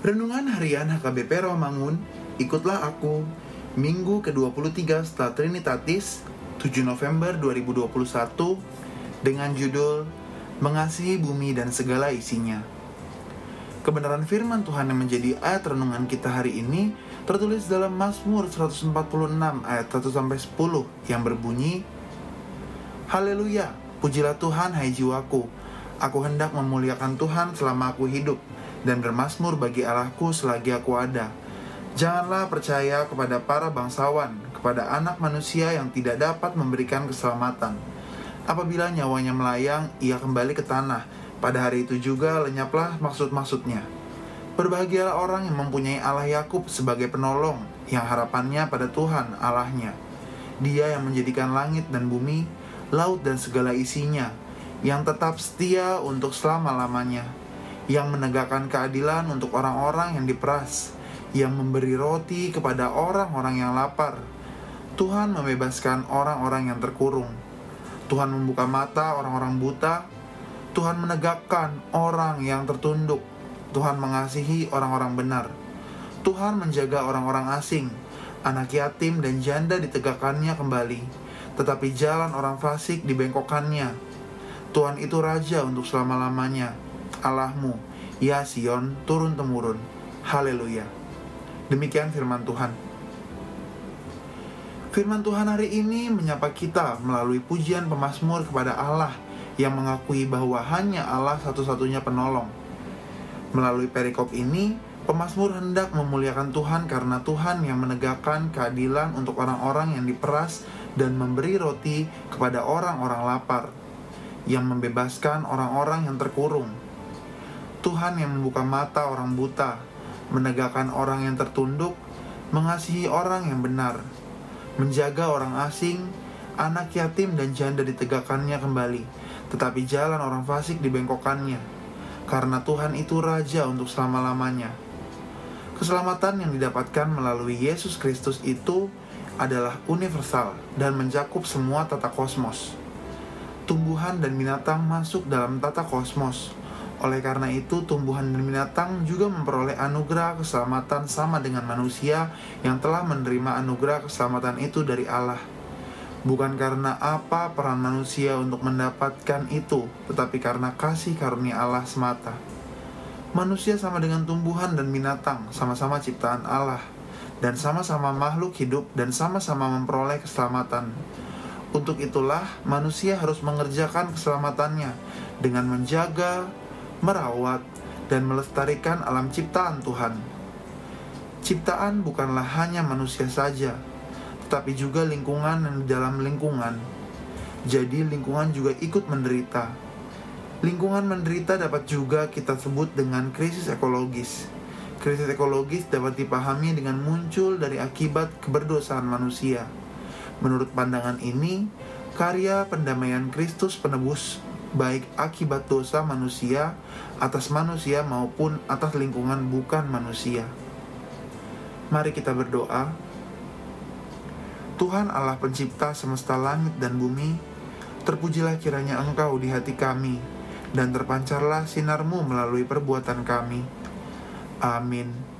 Renungan Harian HKBP Romangun, ikutlah aku, Minggu ke-23 setelah Trinitatis, 7 November 2021, dengan judul Mengasihi Bumi dan Segala Isinya. Kebenaran firman Tuhan yang menjadi ayat renungan kita hari ini tertulis dalam Mazmur 146 ayat 1-10 yang berbunyi, Haleluya, pujilah Tuhan hai jiwaku, aku hendak memuliakan Tuhan selama aku hidup, dan bermazmur bagi Allahku selagi aku ada. Janganlah percaya kepada para bangsawan, kepada anak manusia yang tidak dapat memberikan keselamatan. Apabila nyawanya melayang, ia kembali ke tanah. Pada hari itu juga lenyaplah maksud-maksudnya. Berbahagialah orang yang mempunyai Allah Yakub sebagai penolong, yang harapannya pada Tuhan Allahnya. Dia yang menjadikan langit dan bumi, laut dan segala isinya, yang tetap setia untuk selama-lamanya, yang menegakkan keadilan untuk orang-orang yang diperas, yang memberi roti kepada orang-orang yang lapar. Tuhan membebaskan orang-orang yang terkurung. Tuhan membuka mata orang-orang buta. Tuhan menegakkan orang yang tertunduk. Tuhan mengasihi orang-orang benar. Tuhan menjaga orang-orang asing. Anak yatim dan janda ditegakkannya kembali, tetapi jalan orang fasik dibengkokkannya. Tuhan itu Raja untuk selama-lamanya. Allahmu, ya Sion, turun-temurun. Haleluya. Demikian firman Tuhan. Firman Tuhan hari ini menyapa kita melalui pujian pemazmur kepada Allah yang mengakui bahwa hanya Allah satu-satunya penolong. Melalui perikop ini, pemazmur hendak memuliakan Tuhan karena Tuhan yang menegakkan keadilan untuk orang-orang yang diperas dan memberi roti kepada orang-orang lapar, yang membebaskan orang-orang yang terkurung. Tuhan yang membuka mata orang buta, menegakkan orang yang tertunduk, mengasihi orang yang benar, menjaga orang asing, anak yatim dan janda ditegakkannya kembali, tetapi jalan orang fasik dibengkokkannya, karena Tuhan itu Raja untuk selama-lamanya. Keselamatan yang didapatkan melalui Yesus Kristus itu adalah universal dan mencakup semua tata kosmos. Tumbuhan dan binatang masuk dalam tata kosmos. Oleh karena itu, tumbuhan dan binatang juga memperoleh anugerah keselamatan sama dengan manusia yang telah menerima anugerah keselamatan itu dari Allah. Bukan karena apa peran manusia untuk mendapatkan itu, tetapi karena kasih karunia Allah semata. Manusia sama dengan tumbuhan dan binatang, sama-sama ciptaan Allah, dan sama-sama makhluk hidup dan sama-sama memperoleh keselamatan. Untuk itulah, manusia harus mengerjakan keselamatannya dengan menjaga, merawat, dan melestarikan alam ciptaan Tuhan. Ciptaan bukanlah hanya manusia saja, tetapi juga lingkungan yang di dalam lingkungan. Jadi lingkungan juga ikut menderita. Lingkungan menderita dapat juga kita sebut dengan krisis ekologis. Krisis ekologis dapat dipahami dengan muncul dari akibat keberdosaan manusia. Menurut pandangan ini, karya pendamaian Kristus penebus baik akibat dosa manusia atas manusia maupun atas lingkungan bukan manusia. Mari kita berdoa. Tuhan Allah pencipta semesta langit dan bumi, terpujilah kiranya Engkau di hati kami, dan terpancarlah sinar-Mu melalui perbuatan kami. Amin.